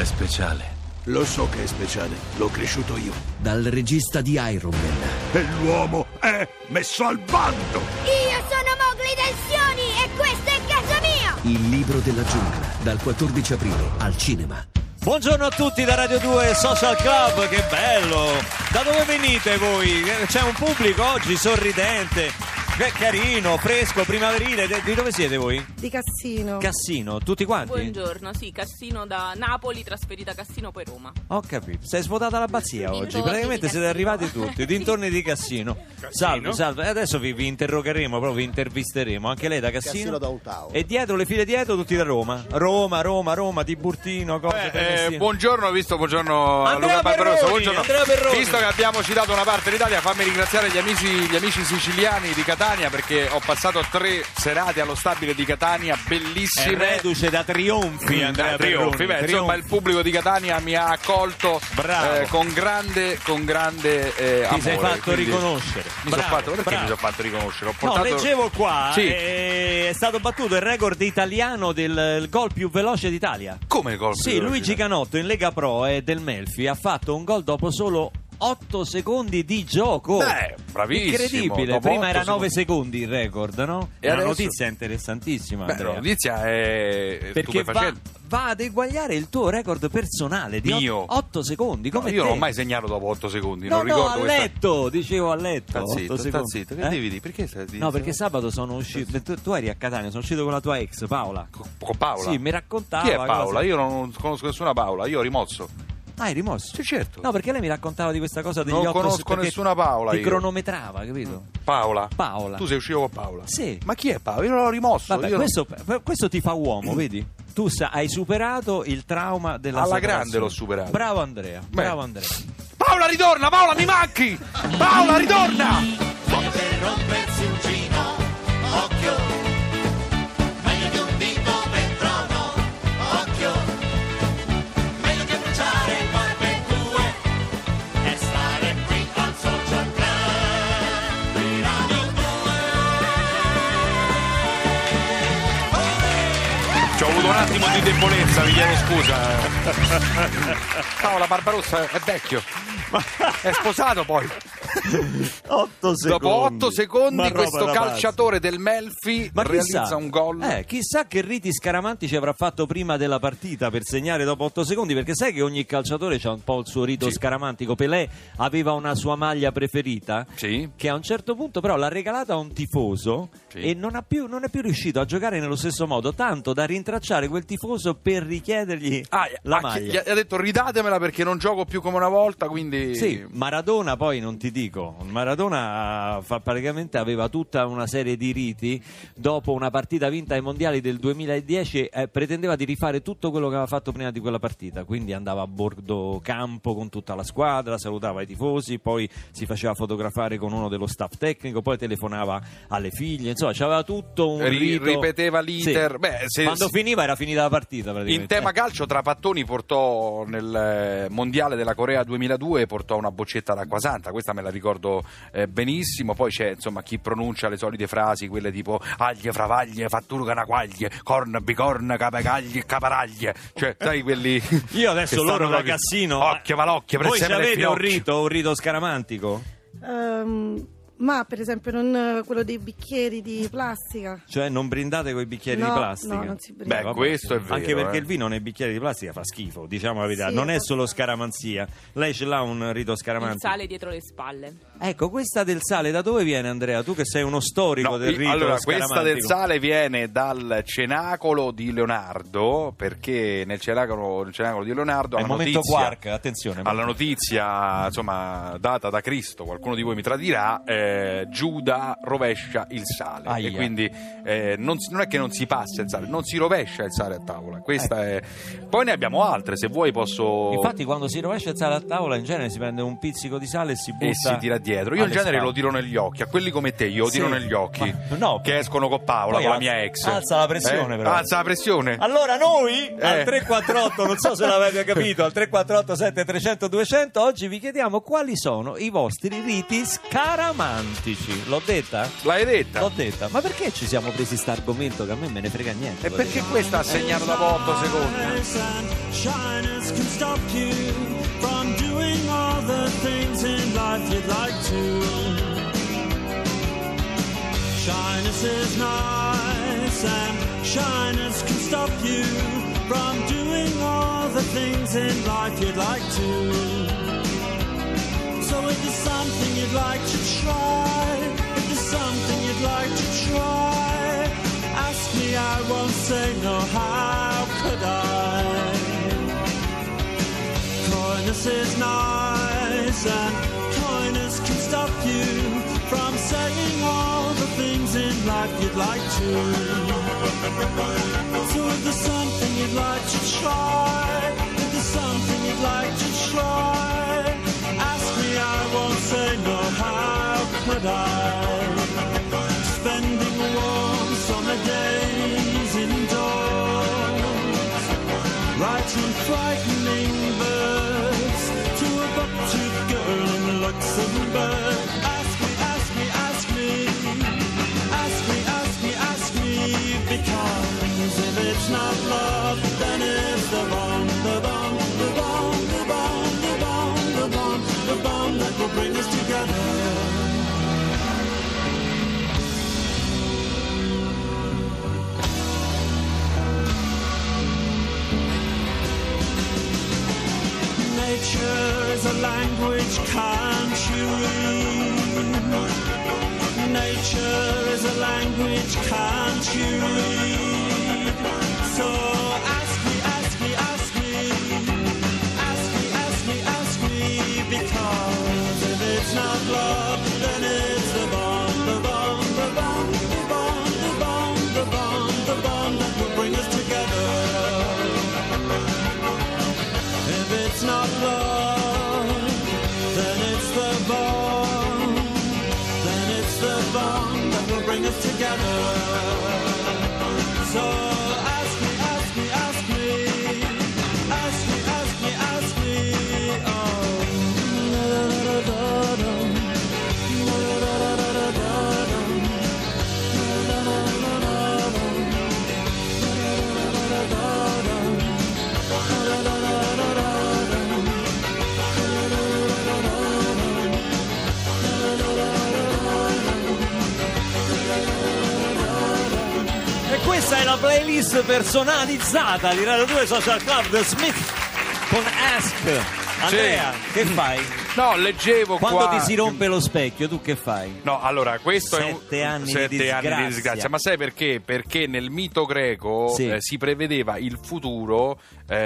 è speciale. Lo so che è speciale, l'ho cresciuto io. Dal regista di Iron Man. E l'uomo è messo al bando. Io sono Mowgli Tensioni e questa è casa mia. Il libro della giungla, dal 14 aprile al cinema. Buongiorno a tutti da Radio 2 Social Club, che bello! Da dove venite voi? C'è un pubblico oggi sorridente, che carino, fresco, primaverile. Di dove siete voi? Di Cassino. Cassino, tutti quanti? Buongiorno, sì, Cassino da Napoli, trasferita a Cassino poi Roma. Ho capito, sei svuotata l'abbazia oggi, Dintorni praticamente di siete Cassino. arrivati tutti, dintorni di Cassino. Salve, salve, adesso vi interrogeremo, proprio vi intervisteremo, anche lei da Cassino. E dietro, le file dietro, tutti da Roma. Roma, Tiburtino, cose. Buongiorno, buongiorno a Andrea Luca Barbarossa. Perroni, Buongiorno. Andrea Perroni. Visto che abbiamo citato una parte d'Italia, fammi ringraziare gli amici siciliani di Catania, perché ho passato 3 serate allo stabile di Catania, bellissime. Reduce da trionfi, Andrea Trionfi. Perroni. Beh, insomma, il pubblico di Catania mi ha accolto con grande amore. Ti sei fatto quindi riconoscere. Mi sono fatto, perché bravo. mi sono fatto riconoscere? Ho No, portato... leggevo qua, Sì. è stato battuto il record italiano del gol più veloce d'Italia. Come il gol? Sì, Luigi Canotto in Lega Pro e del Melfi ha fatto un gol dopo solo 8 secondi di gioco. Bravissimo. Incredibile, Dopo prima 8 era 9 secondi. secondi il record, no? E È una adesso? notizia interessantissima, Beh, Andrea. la notizia è Perché stupefacente. va ad eguagliare il tuo record personale di Mio? 8 secondi. No, Come io te. non ho mai segnato dopo 8 secondi. No, non ricordo a questa... letto, dicevo a letto. Sta 8 zitto, sta secondi. zitto. Che devi dire? Perché stai No, perché sabato sono uscito. Tu eri a Catania, sono uscito con la tua ex Paola. Con Paola? Sì, mi raccontava. Chi è Paola? cosa- Io non conosco nessuna Paola, io ho rimosso. Ah, hai rimosso? Sì, certo. No, perché lei mi raccontava di questa cosa degli Non 8 conosco perché nessuna Paola ti io. cronometrava, capito? Paola? Paola. Tu sei uscito con Paola? Sì. Ma chi è Paola? Io non l'ho rimosso. Vabbè, io questo ti fa uomo, vedi? Tu hai superato il trauma della Alla separazione. grande l'ho superato. Bravo Andrea, bravo Andrea. Paola, ritorna! Paola, mi manchi! Paola, ritorna! Per rompersi un gino, occhio, meglio di un dito per trono, occhio, meglio che bruciare il barbecue e stare qui al Social Club di Radio 2. Ci ho avuto un attimo di debolezza, vi chiedo scusa. Paola Barbarossa è vecchio. È sposato poi. 8 secondi. Dopo 8 secondi Ma roba questo da calciatore del Melfi realizza un gol. Chissà che riti scaramantici avrà fatto prima della partita per segnare dopo 8 secondi, perché sai che ogni calciatore ha un po' il suo rito scaramantico. Pelé aveva una sua maglia preferita, Sì. che a un certo punto però l'ha regalata a un tifoso, Sì. e non è più riuscito a giocare nello stesso modo, tanto da rintracciare quel tifoso per richiedergli la maglia. Gli ha detto ridatemela perché non gioco più come una volta, quindi... Sì, Maradona poi non ti dico, Maradona praticamente aveva tutta una serie di riti. Dopo una partita vinta ai mondiali del 2010 pretendeva di rifare tutto quello che aveva fatto prima di quella partita, quindi andava a bordo campo con tutta la squadra, salutava i tifosi, poi si faceva fotografare con uno dello staff tecnico, poi telefonava alle figlie, insomma c'aveva tutto un rito. Ripeteva l'iter. Sì. Beh, Quando finiva era finita la partita praticamente. In tema calcio Trapattoni portò nel mondiale della Corea 2002 portò una boccetta d'acqua santa, questa me la ricordo benissimo. Poi c'è insomma chi pronuncia le solite frasi, quelle tipo aglie, fravaglie, fatture, canaquaglie, corn, bicorn, capagaglie, caparaglie, cioè sai quelli. Io adesso che loro stanno da proprio- Cassino occhio, malocchio, voi prezzemolo e avete un finocchio. rito scaramantico? Ma per esempio non quello dei bicchieri di plastica. Cioè non brindate con i bicchieri No, di plastica? no, non si brinda. Beh, vabbè, questo è vero, anche perché il vino nei bicchieri di plastica fa schifo, diciamo la verità. Sì, Non è fa solo scaramanzia. Lei ce l'ha un rito Il scaramantico? sale dietro le spalle. Ecco, questa del sale da dove viene, Andrea? Tu che sei uno storico No, del rito allora, scaramantico. questa del sale viene dal cenacolo di Leonardo, perché nel cenacolo di Leonardo È il alla momento notizia, quark, attenzione. alla notizia insomma data da Cristo, qualcuno di voi mi tradirà, Giuda rovescia il sale. Aia. E quindi non è che non si passa il sale, non si rovescia il sale a tavola. Questa è. Poi ne abbiamo altre, se vuoi posso. Infatti quando si rovescia il sale a tavola in genere si prende un pizzico di sale e si butta E si tira dietro. Io in alle genere spalle. lo tiro negli occhi, a quelli come te io lo tiro Sì. negli occhi. Ma no, che escono con Paola, poi con la alza- mia ex. alza la pressione, però. Alza la pressione. Allora noi al 348, non so se l'avete capito, al 348 7300 200 oggi vi chiediamo quali sono i vostri riti scaramantici. romantici. L'ho detta? L'hai detta? L'ho detta. Ma perché ci siamo presi sta argomento che a me me ne frega niente? E perché questa ha segnato dopo 8 secondi? Shyness can stop you from doing all the things in life you'd like to. Shyness is nice and shyness can stop you from doing all the things in life you'd like to. So if there's something you'd like to try, if there's something you'd like to try, ask me, I won't say no, how could I? Coyness is nice and coyness can stop you from saying all the things in life you'd like to. So if there's something you'd like to try, if there's something you'd like to try, ask me, I won't say no, how could I? Spending warm summer days indoors, writing frightening verse to a buck-toothed girl in Luxembourg. Ask me, ask me, ask me, ask me, ask me, ask me, because if it's not love, then it's the bomb, the bomb, the bomb, the bomb, the bomb, the bomb, the bomb that will bring us together. Nature is a language, can't you read? Nature is a language, can't you read? So ask me, ask me, ask me, ask me, ask me, ask me, because if it's not love, then it's the bomb, the bomb, the bomb, the bomb, the bomb, the bomb, the bomb that will bring us together. If it's not love, then it's the bomb, then it's the bomb that will bring us together. So ask me, ask me, ask me, ask me, ask me, ask me, oh. Questa è la playlist personalizzata di Radio 2 Social Club, The Smith con Ask. Andrea, che fai? No, leggevo Quando qua... ti si rompe lo specchio, tu che fai? No, allora, questo Sette è anni di 7 anni di disgrazia. disgrazia. Ma sai perché? Perché nel mito greco Sì. si prevedeva il futuro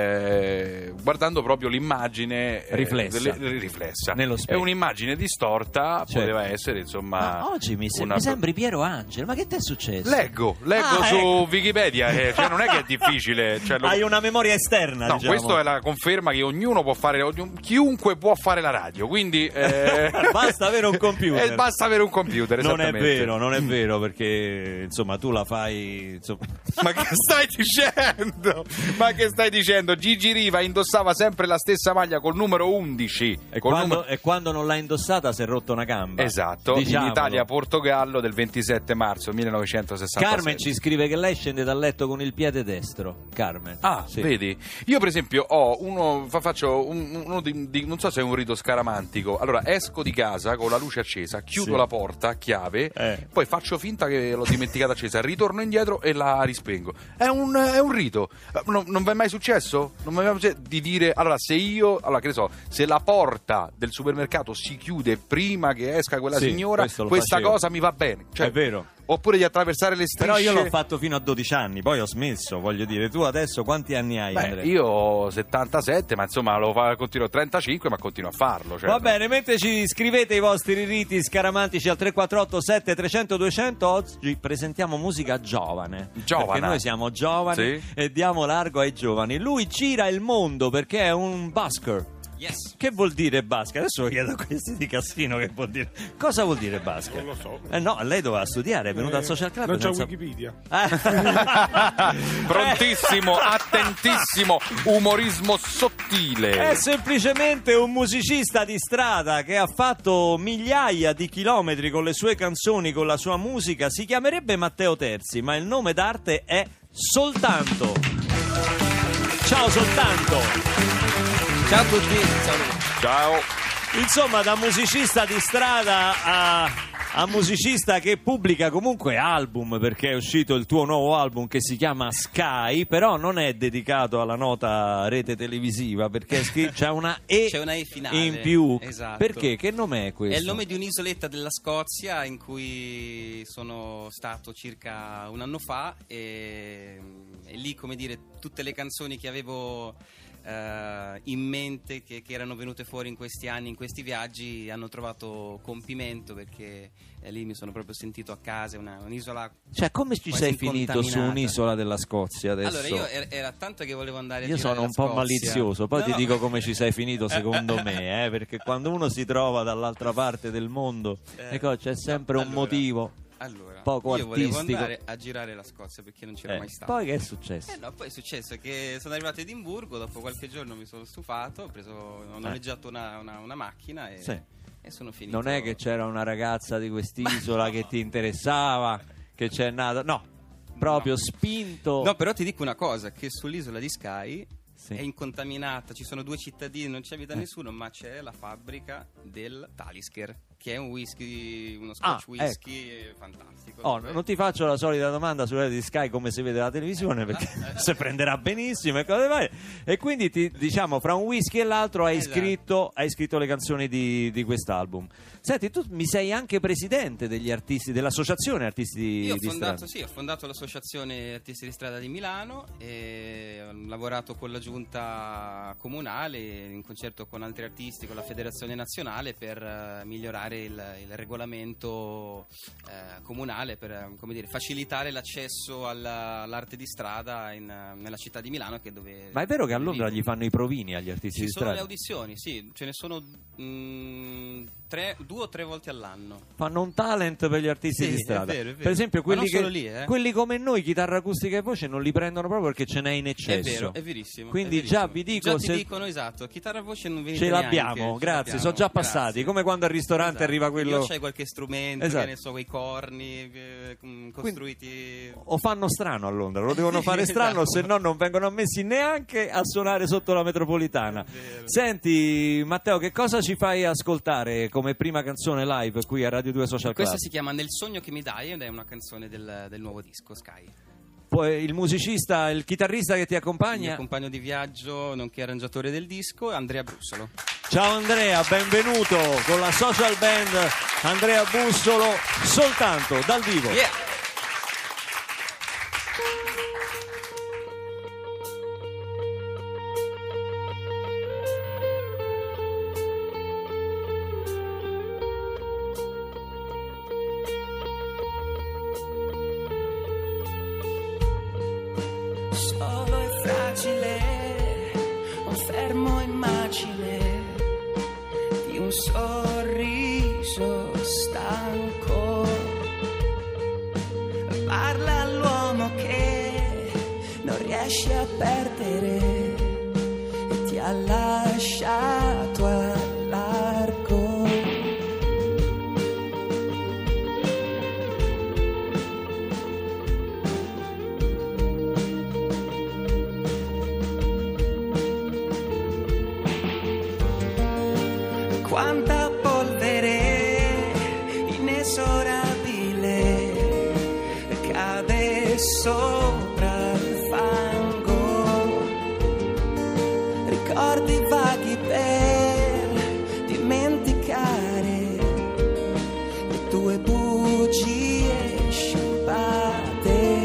guardando proprio l'immagine riflessa. Nello E specchio. un'immagine distorta Certo. poteva essere, insomma... Ma oggi mi sembri Piero Angela, ma che ti è successo? Leggo Ah, su ecco. Wikipedia, cioè non è che è difficile. Cioè, Hai una memoria esterna, No, diciamo. questa è la conferma che ognuno può fare, chiunque può fare la radio, quindi Basta avere un computer. Basta avere un computer, Non è esattamente. vero, non è vero, perché insomma tu la fai. Insomma... Ma che stai dicendo? Ma che stai dicendo? Gigi Riva indossava sempre la stessa maglia col numero 11. E Col quando non l'ha indossata si è rotto una gamba. Esatto, Diciamolo. in Italia-Portogallo del 27 marzo 1966. Carmen ci scrive che lei scende dal letto con il piede destro. Carmen. Ah, Sì. vedi? Io per esempio faccio uno non so se è un rito scaramantico. Allora, esco di casa con la luce accesa, chiudo Sì. la porta a chiave, Poi poi faccio finta che l'ho dimenticata accesa, ritorno indietro e la rispengo. È un rito. Non vi è mai successo? Non mi è mai successo di dire, allora, che ne so, se la porta del supermercato si chiude prima che esca quella Sì, signora, questo lo questa facevo. cosa mi va bene. Cioè, È vero. Oppure di attraversare le strisce. Però io l'ho fatto fino a 12 anni, poi ho smesso, voglio dire. Tu adesso quanti anni hai, Beh, Andrea? io ho 77, ma insomma continuo 35, ma continuo a farlo. Cioè, Va bene, mentre ci scrivete i vostri riti scaramantici al 348 7300 200, oggi presentiamo musica giovane. Giovana. Perché noi siamo giovani Sì. e diamo largo ai giovani. Lui gira il mondo perché è un busker. Yes. Che vuol dire basket? Adesso lo chiedo a questi di Cassino che vuol dire. Cosa vuol dire basket? Non lo so. No, lei doveva studiare, è venuta al social club. Non c'è senza- Wikipedia. Prontissimo, attentissimo, umorismo sottile. È semplicemente un musicista di strada che ha fatto migliaia di chilometri con le sue canzoni, con la sua musica. Si chiamerebbe Matteo Terzi, ma il nome d'arte è Soltanto. Ciao Soltanto. Ciao a tutti. Ciao. Insomma, da musicista di strada a musicista che pubblica comunque album, perché è uscito il tuo nuovo album che si chiama Sky, però non è dedicato alla nota rete televisiva, perché c'è una E, C'è una E finale in più. esatto. Perché? Che nome è questo? È il nome di un'isoletta della Scozia in cui sono stato circa un anno fa e lì, come dire, tutte le canzoni che avevo in mente, che erano venute fuori in questi anni, in questi viaggi, hanno trovato compimento, perché lì mi sono proprio sentito a casa. È un'isola. Cioè, come ci quasi sei finito su incontaminata. un'isola della Scozia adesso? Allora, io era tanto che volevo andare a Io girare sono un la po' Scozia. malizioso, poi ti No. dico come ci sei finito secondo me, perché quando uno si trova dall'altra parte del mondo, ecco, c'è sempre un allora, motivo Allora, poco io volevo artistico. andare a girare la Scozia perché non c'ero mai stato. Poi che è successo? No, poi è successo che sono arrivato a Edimburgo, dopo qualche giorno mi sono stufato, ho noleggiato una macchina e, Sì. e sono finito. Non è che c'era una ragazza di quest'isola che ti interessava, che c'è nata, no, proprio spinto. No, però ti dico una cosa, che sull'isola di Skye Sì. è incontaminata, ci sono 2 cittadini, non ci abita nessuno, ma c'è la fabbrica del Talisker, che è un whisky, uno scotch whisky fantastico. Oh, dove- non ti faccio la solita domanda sulla di Sky come si vede la televisione, perché si prenderà benissimo e cose varie. E quindi diciamo, fra un whisky e l'altro hai Esatto. scritto le canzoni di quest'album. Senti, tu mi sei anche presidente degli artisti, dell'associazione artisti Io ho di fondato, strada. ho fondato l'associazione Artisti di Strada di Milano e ho lavorato con la giunta comunale in concerto con altri artisti, con la federazione nazionale, per migliorare il regolamento comunale, per come dire, facilitare l'accesso all'arte di strada nella città di Milano, che è dove. Ma è vero che a dove Londra vivo. gli fanno i provini agli artisti Ci di sono le strada? audizioni, sì, ce ne sono 2 o 3 volte all'anno. Fanno un talent per gli artisti Sì, di strada. è vero, è vero. Per esempio, Ma quelli, non che, solo lì, quelli come noi, chitarra acustica e voce, non li prendono proprio perché ce n'è in È eccesso. vero, è verissimo. Quindi è verissimo. già vi dico, Già ti se dicono, esatto, chitarra e voce non venite ce neanche, l'abbiamo, ce grazie, l'abbiamo. sono già passati. Grazie. Come quando al ristorante Esatto. arriva quello. Io c'hai qualche strumento, Esatto. che ne so, quei corni costruiti. O fanno strano a Londra, lo devono fare Esatto. strano, se no non vengono ammessi neanche a suonare sotto la metropolitana. vero. Senti Matteo, che cosa ci fai ascoltare come prima canzone live qui a Radio 2 Social Club? Questa si chiama Nel sogno che mi dai ed è una canzone del nuovo disco Sky. Poi il musicista, il chitarrista che ti Il mio accompagna. compagno di viaggio, nonché arrangiatore del disco, è Andrea Bussolo. Ciao Andrea, benvenuto con la social band Andrea Bussolo, Soltanto dal vivo. Yeah! Solo e fragile, un fermo immagine di un sorriso stanco. Parla all'uomo che non riesce a perdere e ti ha lasciato al largo. Quanta polvere inesorabile cade sopra il fango, ricordi vaghi per dimenticare le tue bugie sciupate.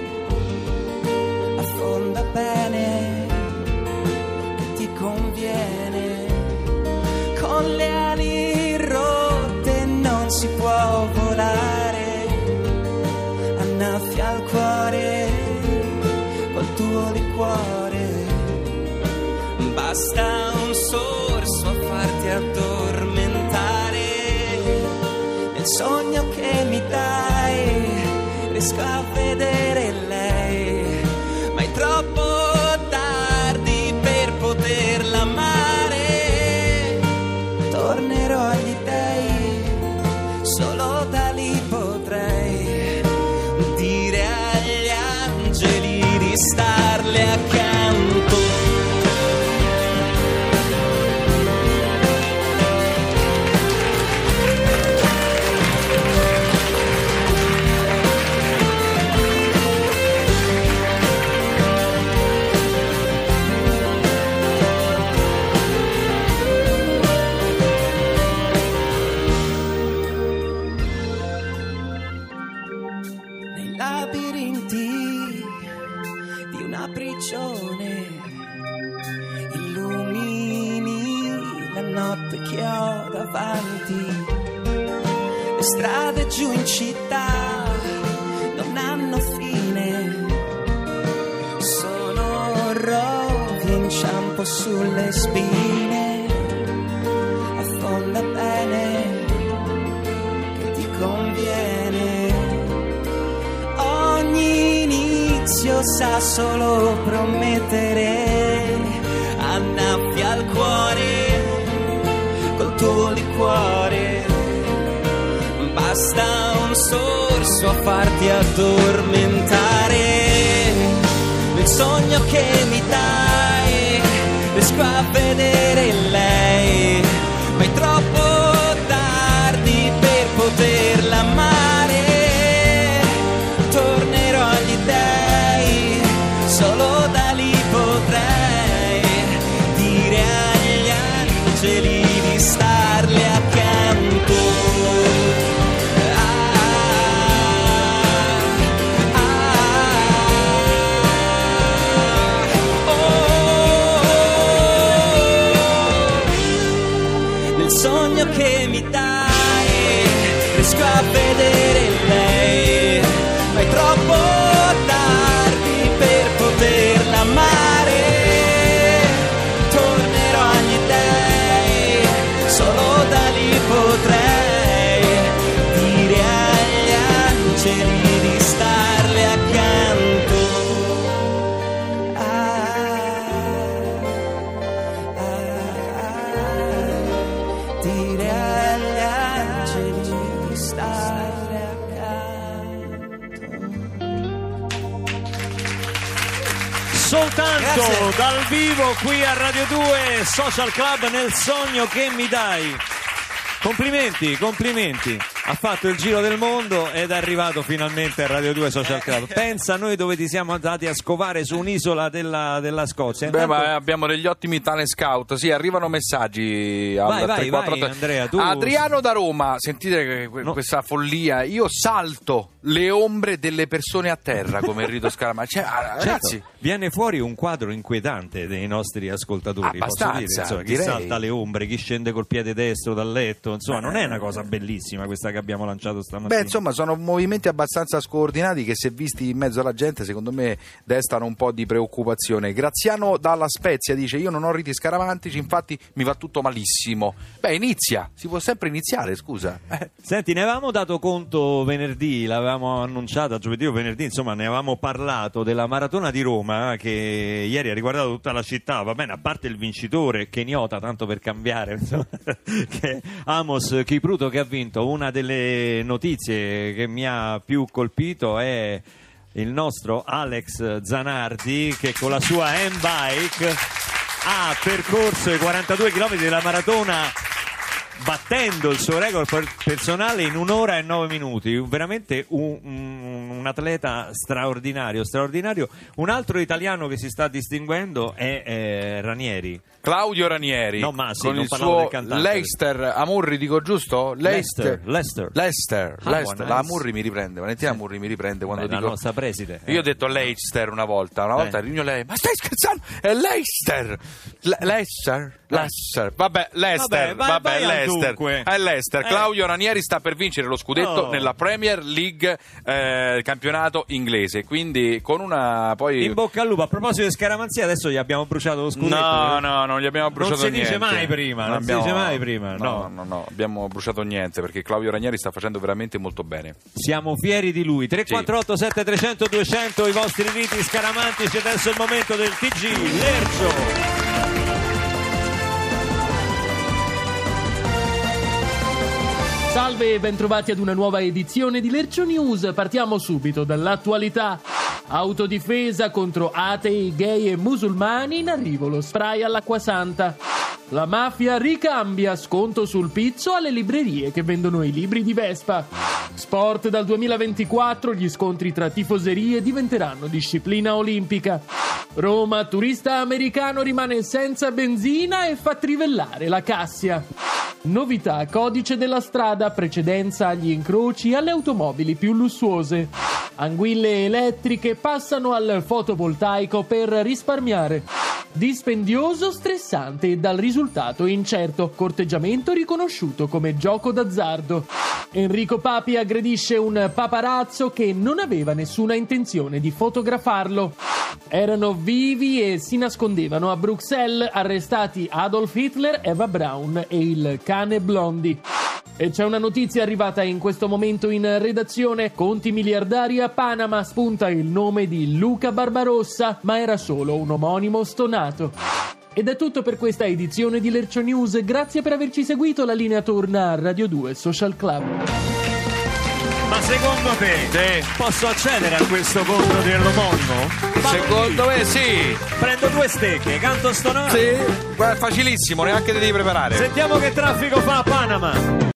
Affonda bene, che ti conviene. Con le ali rotte non si può volare, annaffia al cuore col tuo liquore, basta un sorso addormentare nel sogno che mi dai. Riesco a vedere lei, ma è troppo tardi per poterla amare. Tornerò agli dèi, solo da lì potrei dire agli angeli di starle accanto. Nei labirinti di una prigione illumini la notte che ho davanti. Le strade giù in città non hanno fine, sono rovi e inciampo sulle spine. Affonda bene che ti conviene, ogni inizio sa solo promettere. Annaffia il cuore col tuo liquore, basta un sorso a farti addormentare nel sogno che mi dai. Riesco a vedere lei, ma è troppo tardi per poterla amare. Tornerò agli dèi, solo da lì potrei dire agli angeli di starle accanto. Nel sogno che mi dai, riesco a vedere lei, ma è troppo tardi per poterla amare. Tornerò agli dèi, solo da lì potrei dire agli angeli di starle accanto. Dire agli angeli di starle accanto. Soltanto Grazie. dal vivo qui a Radio 2 Social Club, nel sogno che mi dai. Complimenti, complimenti. Ha fatto il giro del mondo ed è arrivato finalmente a Radio 2 Social Club. Pensa noi dove ti siamo andati a scovare su un'isola della Scozia. Beh, Intanto- ma abbiamo degli ottimi talent scout. Sì, arrivano messaggi al Vai, 348. Andrea, tu... Adriano da Roma, sentite No. questa follia. Io salto le ombre delle persone a terra come Enrico Scaramacci. Ragazzi, Certo, viene fuori un quadro inquietante dei nostri ascoltatori. Abbastanza, posso dire, insomma, chi direi. salta le ombre, chi scende col piede destro dal letto, insomma, non è una cosa bellissima questa che abbiamo lanciato stamattina. beh, insomma, sono movimenti abbastanza scoordinati che, se visti in mezzo alla gente, secondo me destano un po' di preoccupazione. Graziano dalla Spezia dice: io non ho riti scaramantici, infatti mi va tutto malissimo. Beh, inizia, si può sempre iniziare, scusa. Senti, ne avevamo dato conto venerdì, l'avevamo annunciata giovedì o venerdì, insomma ne avevamo parlato della maratona di Roma che ieri ha riguardato tutta la città, va bene, a parte il vincitore keniota, tanto per cambiare, insomma, che è Amos Kipruto, che ha vinto. Una delle notizie che mi ha più colpito è il nostro Alex Zanardi, che con la sua M-Bike ha percorso i 42 km della maratona, battendo il suo record personale in 1 ora e 9 minuti. Veramente un atleta straordinario. Un altro italiano che si sta distinguendo è Ranieri. Claudio Ranieri, No, ma sì, con non il parlavo suo del cantante. Leicester Amurri, dico giusto? Leicester. La nice. Amurri mi riprende, Valentina Amurri mi riprende quando La dico. nostra preside. Io ho detto Leicester una volta rigno lei: ma stai scherzando? È Leicester! Leicester? Vabbè, Leicester, Vai al Leicester. dunque. È Leicester. Claudio Ranieri sta per vincere lo scudetto nella Premier League, campionato inglese. Quindi con una poi. In bocca al lupo. A proposito di scaramanzia, adesso gli abbiamo bruciato lo scudetto. No, non gli abbiamo bruciato non si niente. dice mai prima. Non si dice mai prima. No, abbiamo bruciato niente perché Claudio Ranieri sta facendo veramente molto bene. Siamo fieri di lui. 348 7300 200 i vostri riti scaramantici. Adesso è il momento del TG Lercio. Salve e bentrovati ad una nuova edizione di Lercio News. Partiamo subito dall'attualità. Autodifesa contro atei, gay e musulmani, in arrivo lo spray all'acquasanta. La mafia ricambia sconto sul pizzo alle librerie che vendono i libri di Vespa. Sport dal 2024, gli scontri tra tifoserie diventeranno disciplina olimpica. Roma, turista americano rimane senza benzina e fa trivellare la Cassia. Novità, codice della strada, precedenza agli incroci e alle automobili più lussuose. Anguille elettriche passano al fotovoltaico per risparmiare. Dispendioso, stressante e dal risultato incerto. Corteggiamento riconosciuto come gioco d'azzardo. Enrico Papi aggredisce un paparazzo che non aveva nessuna intenzione di fotografarlo. Erano vivi e si nascondevano a Bruxelles, arrestati Adolf Hitler, Eva Braun e il cane Blondi. E c'è una notizia arrivata in questo momento in redazione. Conti miliardari a Panama, spunta il nome di Luca Barbarossa, ma era solo un omonimo stonato. Ed è tutto per questa edizione di Lercio News. Grazie per averci seguito. La linea torna a Radio 2 Social Club. Ma secondo te posso accedere a questo conto dell'omonimo? Secondo me sì. Prendo 2 stecche, canto stonato. Sì, guarda, facilissimo, neanche te devi preparare. Sentiamo che traffico fa a Panama.